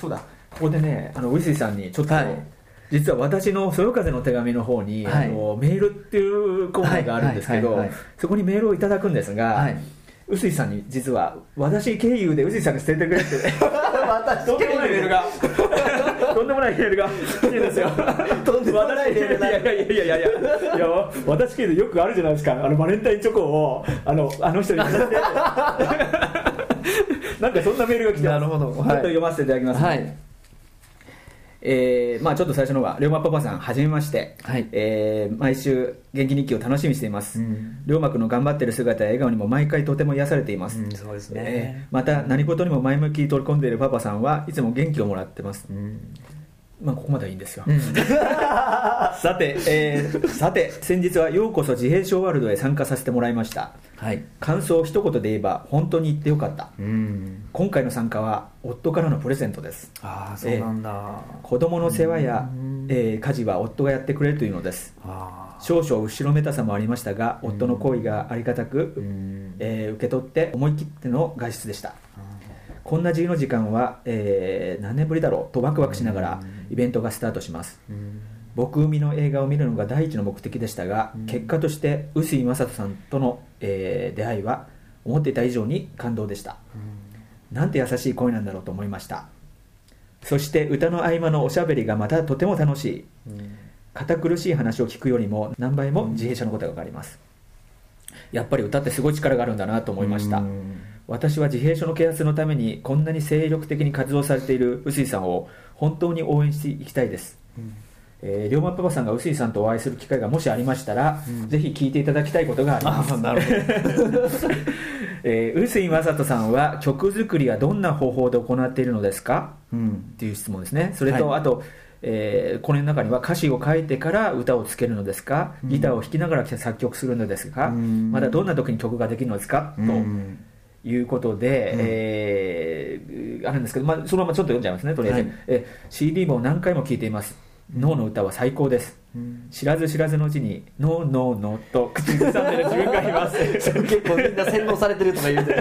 そうだ、ここでね臼井さんにちょっと、 はい、 実は私のそよ風の手紙の方に、 はい、 メールっていうコーナーがあるんですけど、そこにメールをいただくんですが、臼井さんに実は私経由で臼井さんが捨ててくれってとんでもないメールがとんでもないメールが来てるんですよ。 とんでもないメールがいや私経由でよくあるじゃないですか、バレンタインチョコをあの人に渡してなんかそんなメールが来てます。 なるほど、 ちょっと読ませていただきます、 はい。 まあ、ちょっと最初のは龍馬パパさんはじめまして、 はい、 毎週元気日記を楽しみにしています、龍馬くんの頑張っている姿や笑顔にも毎回とても癒されています、 そうですね。 また何事にも前向きに取り込んでいるパパさんはいつも元気をもらってます、まあ、ここまではいいんですよ、さて、先日はようこそ自閉症ワールドへ参加させてもらいました、はい、感想を一言で言えば本当に行ってよかった、今回の参加は夫からのプレゼントです。 ああ、そうなんだ。 子供の世話や、家事は夫がやってくれるというのです。少々後ろめたさもありましたが、夫の行為がありがたく、受け取って思い切っての外出でした。こんな自由の時間は、何年ぶりだろうとワクワクしながらイベントがスタートします。僕海の映画を見るのが第一の目的でしたが、結果として臼井正人さんとの、出会いは思っていた以上に感動でした。なんて優しい声なんだろうと思いました。そして歌の合間のおしゃべりがまたとても楽しい、堅苦しい話を聞くよりも何倍も自閉症のことが分かります。やっぱり歌ってすごい力があるんだなと思いました。私は自閉症の啓発のためにこんなに精力的に活動されている臼井さんを本当に応援していきたいです。龍馬パパさんが臼井さんとお会いする機会がもしありましたら、ぜひ聞いていただきたいことがあります。 なるほど。 臼井正人さんは曲作りはどんな方法で行っているのですか、っていう質問ですね。それと、はい、あと、この中には歌詞を書いてから歌をつけるのですか、ギターを弾きながら作曲するのですか、またどんな時に曲ができるのですか、ということで、あるんですけど、そのままちょっと読んじゃいますね。とりあえず、CD も何回も聴いています。脳の歌は最高です、知らず知らずのうちにノーノーノーと口ずさんでる自分がいます結構みんな洗脳されてるとか言うて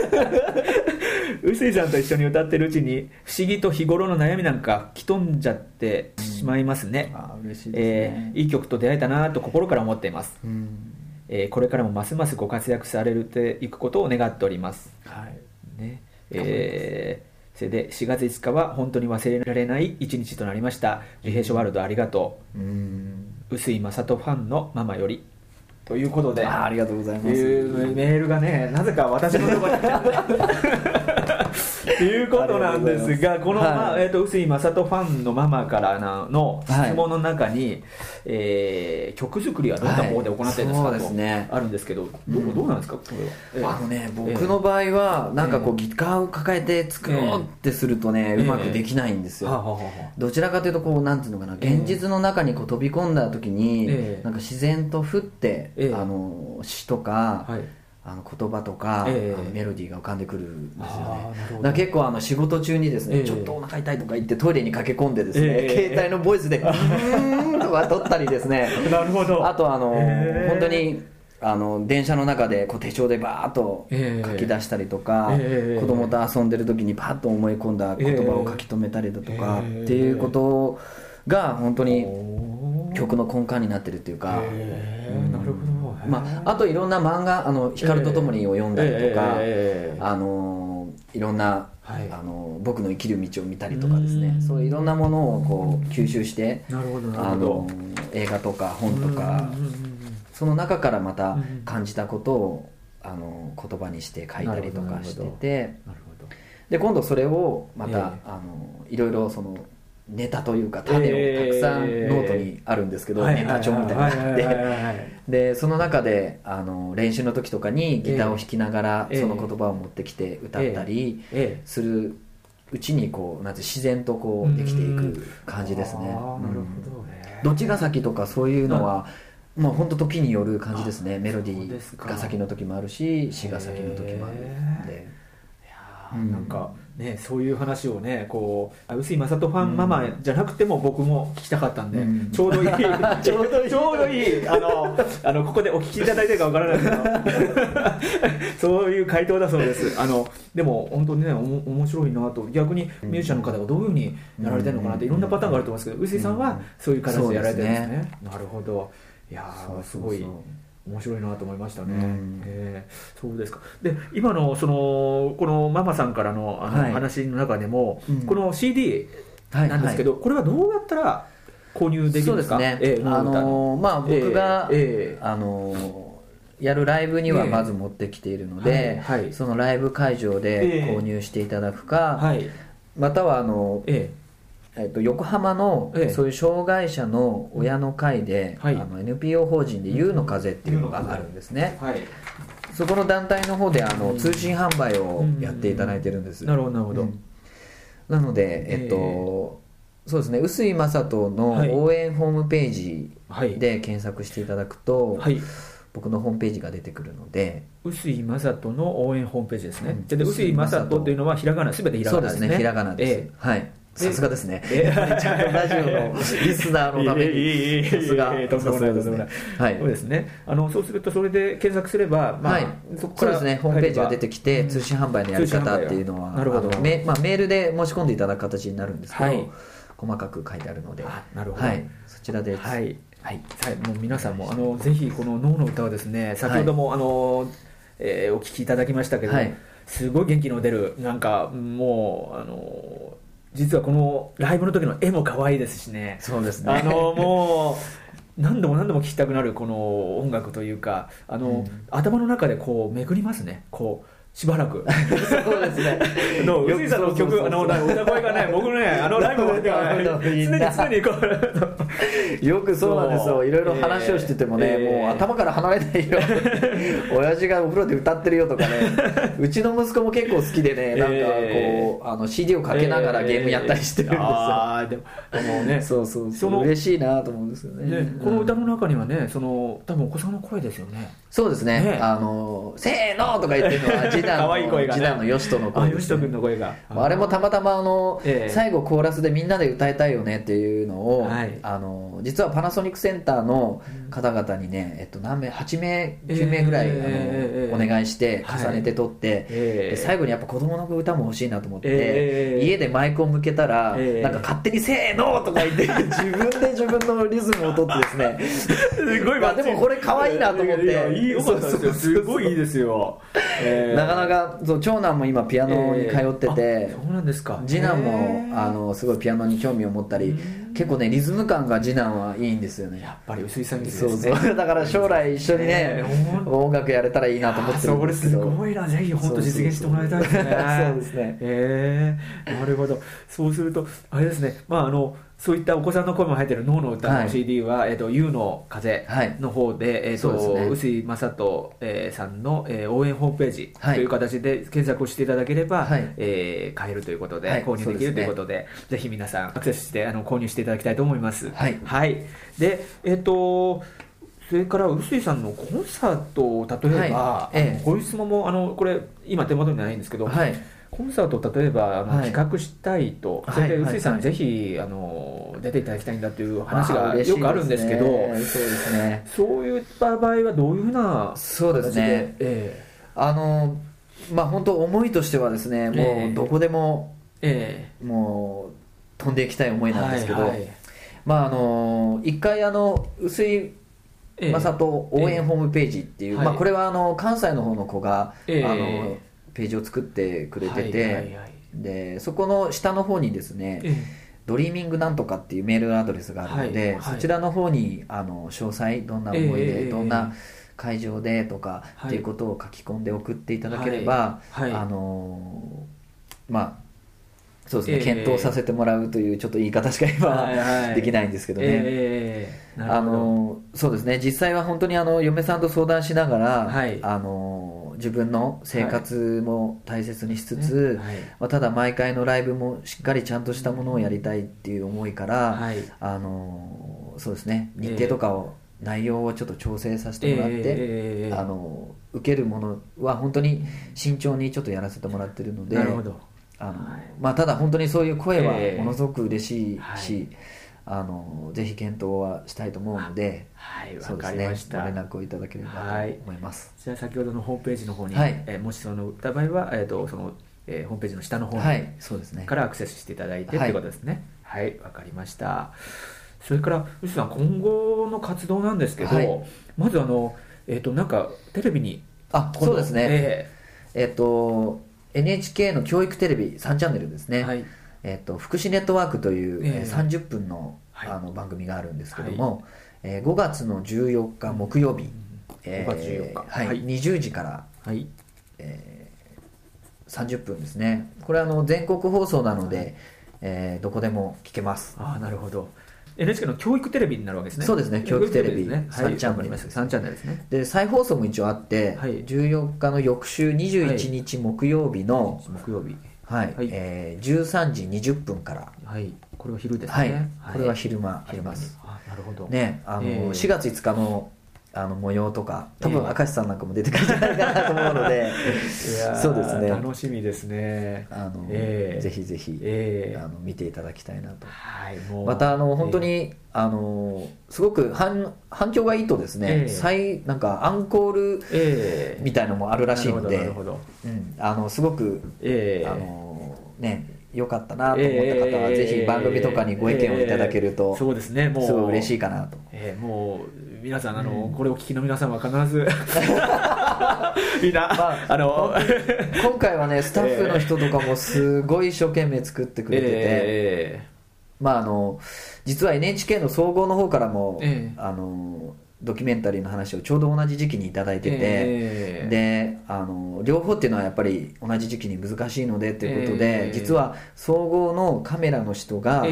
臼井さんと一緒に歌ってるうちに不思議と日頃の悩みなんか吹き飛んじゃってしまいますね。 嬉しいですね。 いい曲と出会えたなと心から思っています、これからもますますご活躍されていくことを願っております、はいね。それで4月5日は本当に忘れられない一日となりました。自閉症ワールドありがとう、臼井正人ファンのママより、ということで、 ありがとうございます。 メールがね、なぜか私のところに来ちゃってということなんですが、この、臼井正人ファンのママからの質問の中に、曲作りはどんな方法で行っているんですか、とあるんですけど、どうなんですか、これは。 僕の場合はなんかこうギターを抱えて作ろうってするとね、うまくできないんですよ。どちらかというとこう、なんていうのかな、現実の中にこう飛び込んだ時に、なんか自然と降って、詩とか、言葉とか、メロディーが浮かんでくるんですよね。だから結構仕事中にですね、ちょっとお腹痛いとか言ってトイレに駆け込んでですね、携帯のボイスでとか撮ったりですねなるほど。 あと本当に電車の中でこう手帳でバーッと書き出したりとか、子供と遊んでる時にパッと思い込んだ言葉を書き留めたりだとか、っていうことが本当に曲の根幹になってるっていうか、 なるほど。 あといろんな漫画光とともにを読んだりとか、いろんな、僕の生きる道を見たりとかですね、そういういろんなものをこう吸収して、映画とか本とか、その中からまた感じたことを言葉にして書いたりとかしてて、で今度それをまた、いろいろそのネタというか種をたくさんノートにあるんですけど、ネタ帳みたいなのがあって、でその中で練習の時とかにギターを弾きながらその言葉を持ってきて歌ったりするうちにこうなんて自然とこうできていく感じですね。どっちが先とかそういうのはまあ本当時による感じですね。メロディーが先の時もあるし、詩が先の時もあるんで、 なんかね、そういう話をね、こう臼井正人ファンママじゃなくても僕も聞きたかったんで、ちょうどいいちょうどいいここでお聞きいただいてるかわからないけどそういう回答だそうです。でも本当にね面白いなと、逆にミュージシャンの方がどういうふうにやられてるのかなっていろんなパターンがあると思いますけど、臼井さんはそういう形でやられてるんですね。なるほど。いやーすごい面白いなと思いましたね。そうですか。で今のこのママさんからの話の中でも、この CD なんですけど、これはどうやったら購入できるんですか？そうですね。 僕がやるライブにはまず持ってきているので、そのライブ会場で購入していただくか、または横浜のそういう障害者の親の会で、NPO 法人で U の風っていうのがあるんですね。そこの団体の方で通信販売をやっていただいてるんです。 なるほどなるほど。 なのでそうですね、臼井正人の応援ホームページで検索していただくと、僕のホームページが出てくるので、 臼井正人の応援ホームページですね。で臼井正人というのはひらがな、全てひらがなですね。 そうですね、ひらがなです。はい。さすがですね。ちゃんとラジオのリスナーのためにさすがですね。 そうですね。そうするとそれで検索すれば、 そこからですね、ホームページが出てきて、通信販売のやり方っていうのはメールで申し込んでいただく形になるんですけど、細かく書いてあるので、そちらで、もう皆さんもぜひこの脳の歌はですね、先ほどもお聞きいただきましたけど、すごい元気の出る、なんかもう実はこのライブの時の絵も可愛いですしね。 そうですね。 もう何度も聴きたくなるこの音楽というか、頭の中でこう巡りますね。こうしばらく。 そうですね。 臼井さんの曲、歌声がね、僕のね、ライブでは常にこう。よくそうなんですよ。いろいろ話をしててもね、もう頭から離れないよ。親父がお風呂で歌ってるよとかね。うちの息子も結構好きでね、なんかこうCD をかけながらゲームやったりしてるんですよ。 でもね、 そう嬉しいなと思うんですよね。 この歌の中にはね、多分お子さんの声ですよね。 そうですね。せーのとか言ってるのは次男のよしとの声です。 よしと君の声が。 あれもたまたま最後コーラスでみんなで歌いたいよねっていうのを、実はパナソニックセンターの方々にね、何名8名9名ぐらいお願いして重ねて撮って、最後にやっぱ子供の歌も欲しいなと思って、家でマイクを向けたらなんか勝手にせーのとか言って自分のリズムを取ってですね、すごい。でもこれ可愛いなと思って、 すごいいいですよ。 なかなか長男も今ピアノに通ってて、 そうなんですか。 次男もすごいピアノに興味を持ったり、結構ねリズム感が次男はいいんですよね。 やっぱり臼井さんですね。 だから将来一緒にね、音楽やれたらいいなと思ってるんですけど、 それすごいな。ぜひ本当実現してもらいたいですね。 そうですね。 なるほど。そうするとあれですね、そういったお子さんの声も入っている脳の歌の CD は、U の風の方で、臼井正人さんの応援ホームページという形で検索をしていただければ、買えるということで、購入できるということで、ぜひ皆さんアクセスして購入していただきたいと思います。で、それから臼井さんのコンサート、例えば、こういう質問もこれ今手元にないんですけど、コンサートを例えば企画したいと、それで臼井さんぜひ出ていただきたいんだという話がよくあるんですけど、そういった場合はどういうふうな形で。 そうですね。本当思いとしてはですね、もうどこでももう飛んでいきたい思いなんですけど、一回臼井正人応援ホームページっていう、これは関西の方の子がページを作ってくれてて、でそこの下の方にですね、ドリーミングなんとかっていうメールアドレスがあるので、そちらの方に詳細どんな思いで、どんな会場でとかっていうことを書き込んで送っていただければ、そうですね、検討させてもらうというちょっと言い方しか今できないんですけどね。そうですね、実際は本当に嫁さんと相談しながら、自分の生活も大切にしつつ、ただ毎回のライブもしっかりちゃんとしたものをやりたいっていう思いから、そうですね、日程とかを内容をちょっと調整させてもらって、受けるものは本当に慎重にちょっとやらせてもらってるので、 ただ本当にそういう声はものすごく嬉しいし、ぜひ検討はしたいと思うので、 わかりました。 ご連絡をいただければと思います。 じゃあ先ほどのホームページの方に、もしその歌場合は、そのホームページの下の方に、からアクセスしていただいてということですね。はい、わかりました。それから臼井さん、今後の活動なんですけど、まずなんかテレビにそうですね、NHK の教育テレビ3チャンネルですね、福祉ネットワークという、30分の、番組があるんですけども、5月の14日木曜日、 5月14日、 20時から、30分ですね。これは全国放送なので、どこでも聞けます。 なるほど。NHK の教育テレビになるわけですね。 そうですね、教育テレビ3チャンネルです。 3チャンネルですね。 で、再放送も一応あって、14日の翌週21日木曜日の、13時20分から、 これは昼ですね。 これは昼間あります。 なるほど。 ね、4月5日の模様とか、多分明石さんなんかも出てくるんじゃないかなと思うので、そうですね、 楽しみですね。 ぜひぜひ見ていただきたいなと。また本当にすごく反響がいいとですね、なんかアンコールみたいのもあるらしいので、すごく良かったなと思った方は、ぜひ番組とかにご意見をいただけると、 そうですね、もうすごい嬉しいかなと。 もう皆さんこれを聞きの皆さんは必ずみんな、 今回はね、スタッフの人とかもすごい一生懸命作ってくれてて、実は NHK の総合の方からも、ドキュメンタリーの話をちょうど同じ時期にいただいてて、で両方っていうのはやっぱり同じ時期に難しいのでということで、実は総合のカメラの人が、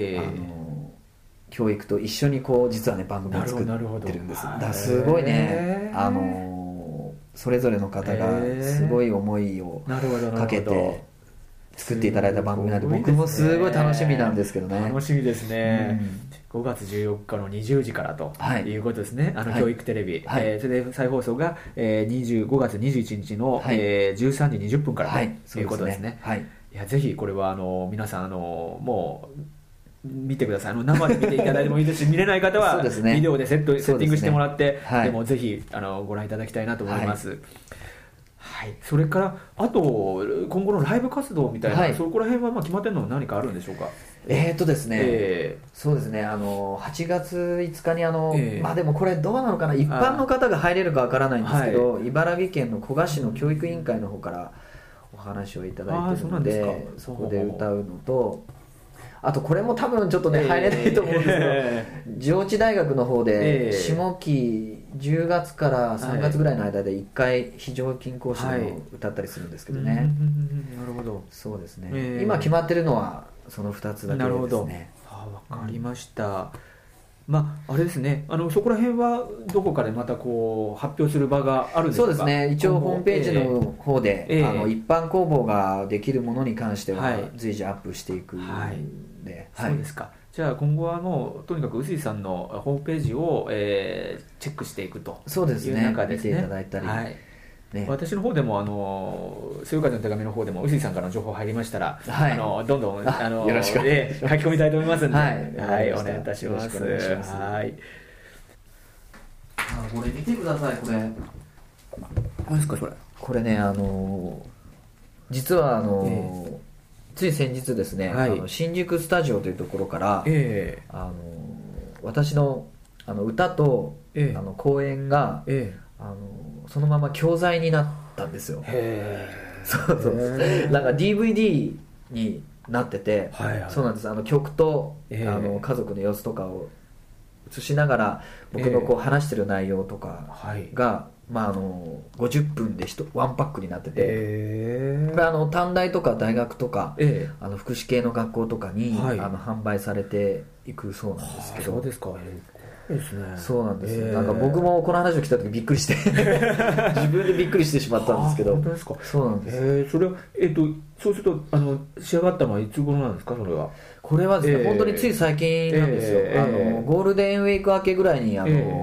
教育と一緒に実はね番組を作ってるんです。だからすごいね、それぞれの方がすごい思いをかけて作っていただいた番組なんで、僕もすごい楽しみなんですけどね。 楽しみですね。5月14日の20時からということですね、教育テレビ、それで再放送が5月21日の13時20分からということですね。いや、ぜひこれは皆さんもう見てください。生で見ていただいてもいいですし、見れない方はビデオでセッティングしてもらって、でもぜひご覧いただきたいなと思います。それからあと今後のライブ活動みたいな、そこら辺は決まってるのは何かあるんでしょうか。 ですね、そうですね、8月5日にでもこれどうなのかな、一般の方が入れるかわからないんですけど、茨城県の古河市の教育委員会の方からお話をいただいているので、そこで歌うのと、あとこれも多分ちょっとね、入れないと思うんですけど、上智大学の方で下期10月から3月ぐらいの間で1回非常勤講師を歌ったりするんですけどね。 なるほど。 そうですね、今決まってるのはその2つだけですね。 わかりました。あれですね、そこら辺はどこかでまた発表する場があるんですか。 そうですね、一応ホームページの方で、一般公募ができるものに関しては随時アップしていくので、 そうですか。じゃあ今後はとにかく臼井さんのホームページを、チェックしていくという中ですね。 そうですね、見ていただいたり、 私の方でもそよ風の手紙の方でも臼井さんからの情報入りましたら、どんどんよろしく書き込みたいと思いますので、お願いいたします。 これ見てください。 何ですかそれ。 これね、実はつい先日ですね、新宿スタジオというところから、私の歌と講演がそのまま教材になったんですよ。なんか DVD になってて、そうなんです。曲と家族の様子とかを映しながら、僕の話してる内容とかが、50分でワンパックになってて、短大とか大学とか、福祉系の学校とかに、販売されていくそうなんですけど。 そうですか。 そうなんです。なんか僕もこの話を聞いた時びっくりして自分でびっくりしてしまったんですけど。 本当ですか。 そうなんです。 それはそうすると仕上がったのはいつ頃なんですか。それは。 これはですね、本当につい最近なんですよ。ゴールデンウィーク明けぐらいに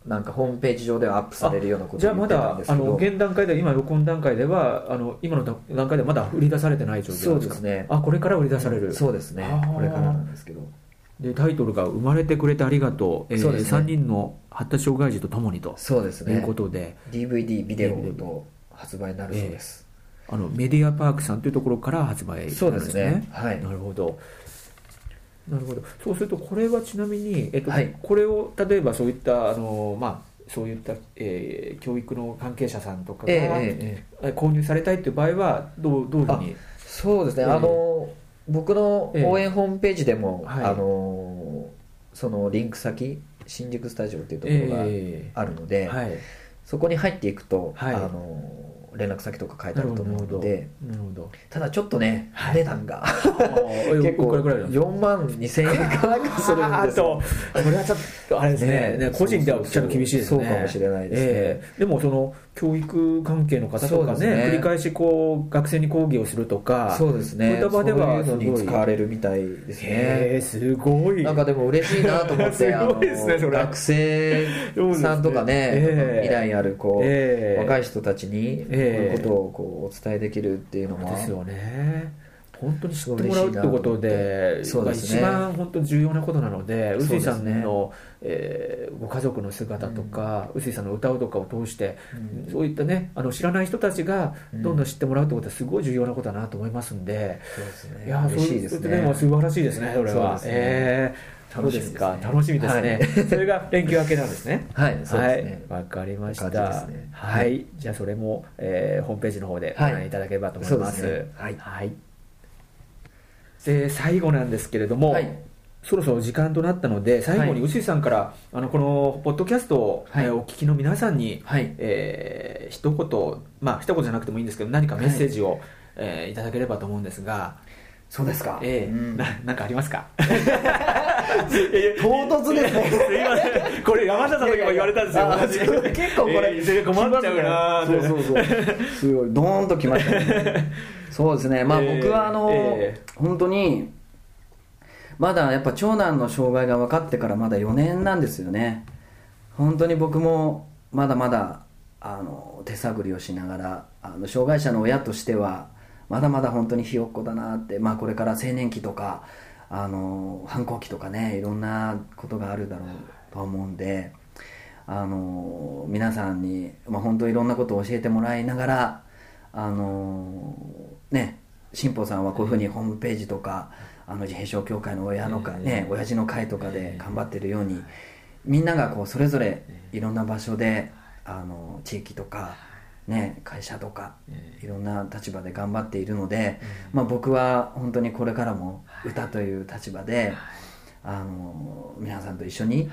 なんかホームページ上ではアップされるようなことを言ってたんですけど、 じゃあまだ現段階で今録音段階では今の段階ではまだ売り出されてない状況ですか？ そうですね。 これから売り出される、 そうですね、これからなんですけど。 でタイトルが生まれてくれてありがとう、 そうですね、 3人の発達障害児とともにとそうですね、 いうことで DVD ビデオと発売になるそうです、 メディアパークさんというところから発売なんですね。 そうですね、はい、 なるほど。そうするとこれはちなみに、 はい、 これを例えばそういったそういった、教育の関係者さんとかが、購入されたいという場合はどういうふうに？ そうですね、僕の応援ホームページでも、そのリンク先新宿スタジオっていうところがあるので、そこに入っていくと、連絡先とか書いてあると思うので、ただちょっとね、値段が結構4万2000円かなんかするんですよ。 それはちょっとあれですね、個人ではちょっと厳しいですね。 そうかもしれないですね。 でもその教育関係の方とかね、繰り返し学生に講義をするとか、 そうですね、 そういう場ではそういうのに使われるみたいですね。 すごい。 なんかでも嬉しいなと思って学生さんとかね、未来ある若い人たちにこういうことをお伝えできるっていうのもですよね。本当に知ってもらうってことで、一番本当に重要なことなので、臼井さんの、ご家族の姿とか、臼井さんの歌とかを通して、そういったね、知らない人たちがどんどん知ってもらうってことはすごい重要なことだなと思いますんで、 いや嬉しいですね。 素晴らしいですね、それは。そうですか、楽しみですね。それが連休明けなんですね。 はい、そうですね。 わかりました。はい、じゃあそれもホームページの方でご覧いただければと思います。はい。で最後なんですけれども、そろそろ時間となったので最後に臼井さんからこのポッドキャストを、お聞きの皆さんに、一言一言じゃなくてもいいんですけど何かメッセージを、いただければと思うんですが。 そうですか。 なんかありますか？ 唐突ですね。 すいません。これ山下さんの時も言われたんですよ。 結構これ困っちゃうな。 そうすごいドーンときましたね。そうですね。僕は本当にまだやっぱ長男の障害が分かってからまだ4年なんですよね。本当に僕もまだまだ手探りをしながら障害者の親としてはまだまだ本当にひよっこだなって、これから青年期とか反抗期とかね、いろんなことがあるだろうと思うんで、皆さんに、本当いろんなことを教えてもらいながら新保さんはこういうふうにホームページとか自閉症協会の親父の会とかで頑張ってるように、みんながそれぞれいろんな場所で地域とか会社とかいろんな立場で頑張っているので、僕は本当にこれからも歌という立場で皆さんと一緒に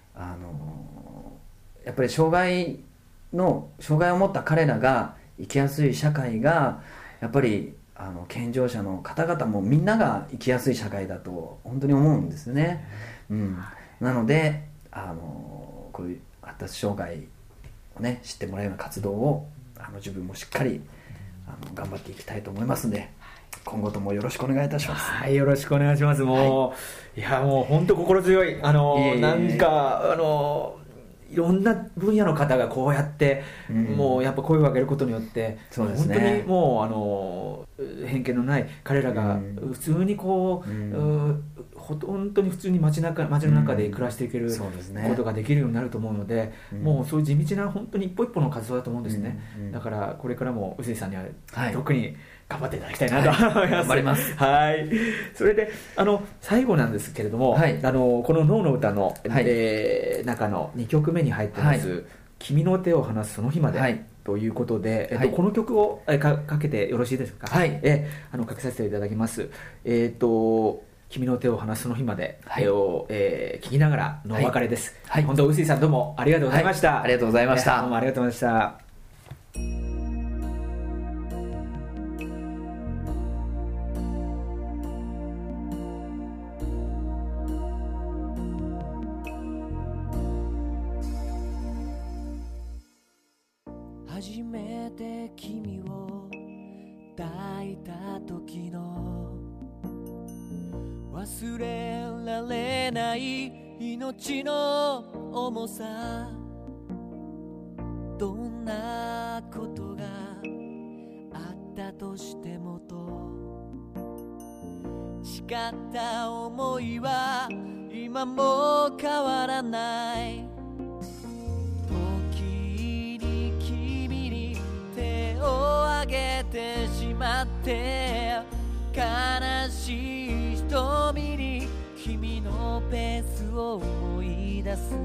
やっぱり障害を持った彼らが生きやすい社会がやっぱり健常者の方々もみんなが生きやすい社会だと本当に思うんですね。なのでこういう発達障害を知ってもらうような活動を自分もしっかり頑張っていきたいと思いますので、今後ともよろしくお願いいたします。 はい、よろしくお願いします。もう、いやもう本当心強いなんかいろんな分野の方がこうやって、もうやっぱ声を上げることによって、本当にもう偏見のない彼らが普通に本当に普通に街の中で暮らしていけることができるようになると思うので、もうそういう地道な本当に一歩一歩の活動だと思うんですね。だからこれからも臼井さんには特に頑張っていただきたいなと思います。 頑張ります。 はい。それで最後なんですけれども、この脳の歌の中の2曲目に入ってます「君の手を離すその日まで」ということで、この曲をかけてよろしいですか？かけさせていただきます。君の手を離すその日までを聞きながらのお別れです。本当臼井さんどうもありがとうございました。 ありがとうございました。 どうもありがとうございました。 初めて君を抱いた時の忘れられない命の重さ、 どんなことがあったとしてもと誓った思いは今も変わらない。時に君に手を挙げてしまって悲しい瞳に君のペースを思い出す。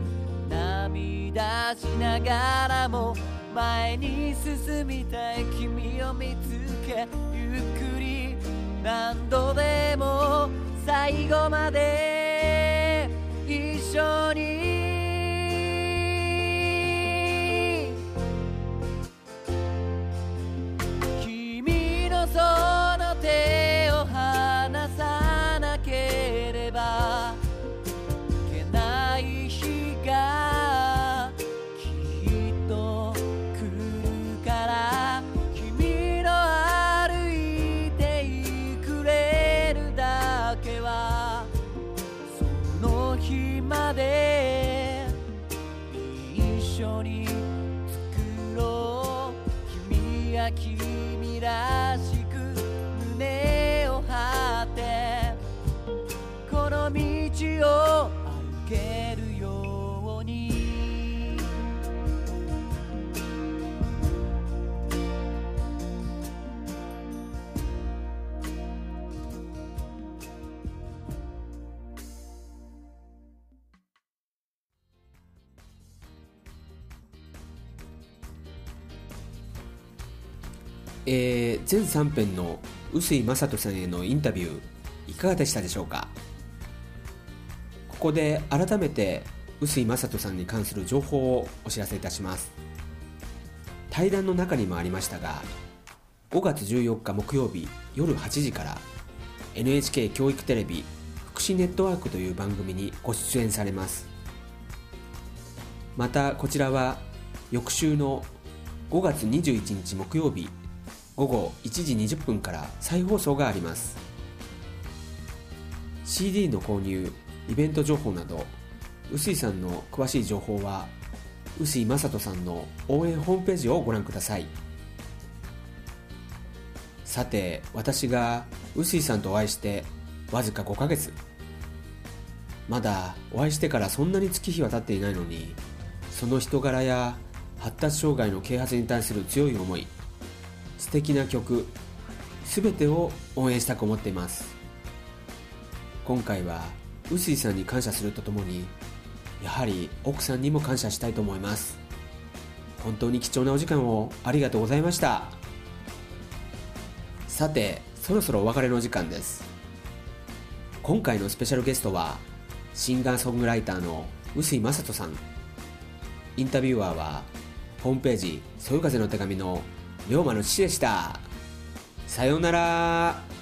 涙しながらも前に進みたい君を見つけ、ゆっくり何度でも最後まで一緒に。君のその手を離さなければいけない日がきっと来るから、君の歩いていくれるだけはその日まで一緒に作ろう。君や君らしく胸を張ってこの道を歩けるように。 全3編の臼井正人さんへのインタビューいかがでしたでしょうか。ここで改めて臼井正人さんに関する情報をお知らせいたします。対談の中にもありましたが、5月14日木曜日夜8時から NHK 教育テレビ福祉ネットワークという番組にご出演されます。またこちらは翌週の5月21日木曜日午後1時20分から再放送があります。 CD の購入、イベント情報など臼井さんの詳しい情報は臼井正人さんの応援ホームページをご覧ください。さて、私が臼井さんとお会いしてわずか5ヶ月、まだお会いしてからそんなに月日は経っていないのに、その人柄や発達障害の啓発に対する強い思い、素敵な曲、すべてを応援したく思っています。今回は臼井さんに感謝するとともに、やはり奥さんにも感謝したいと思います。本当に貴重なお時間をありがとうございました。さて、そろそろお別れのお時間です。今回のスペシャルゲストはシンガーソングライターの臼井正人さん。インタビュアーはホームページそよ風の手紙の龍馬の父でした。さようなら。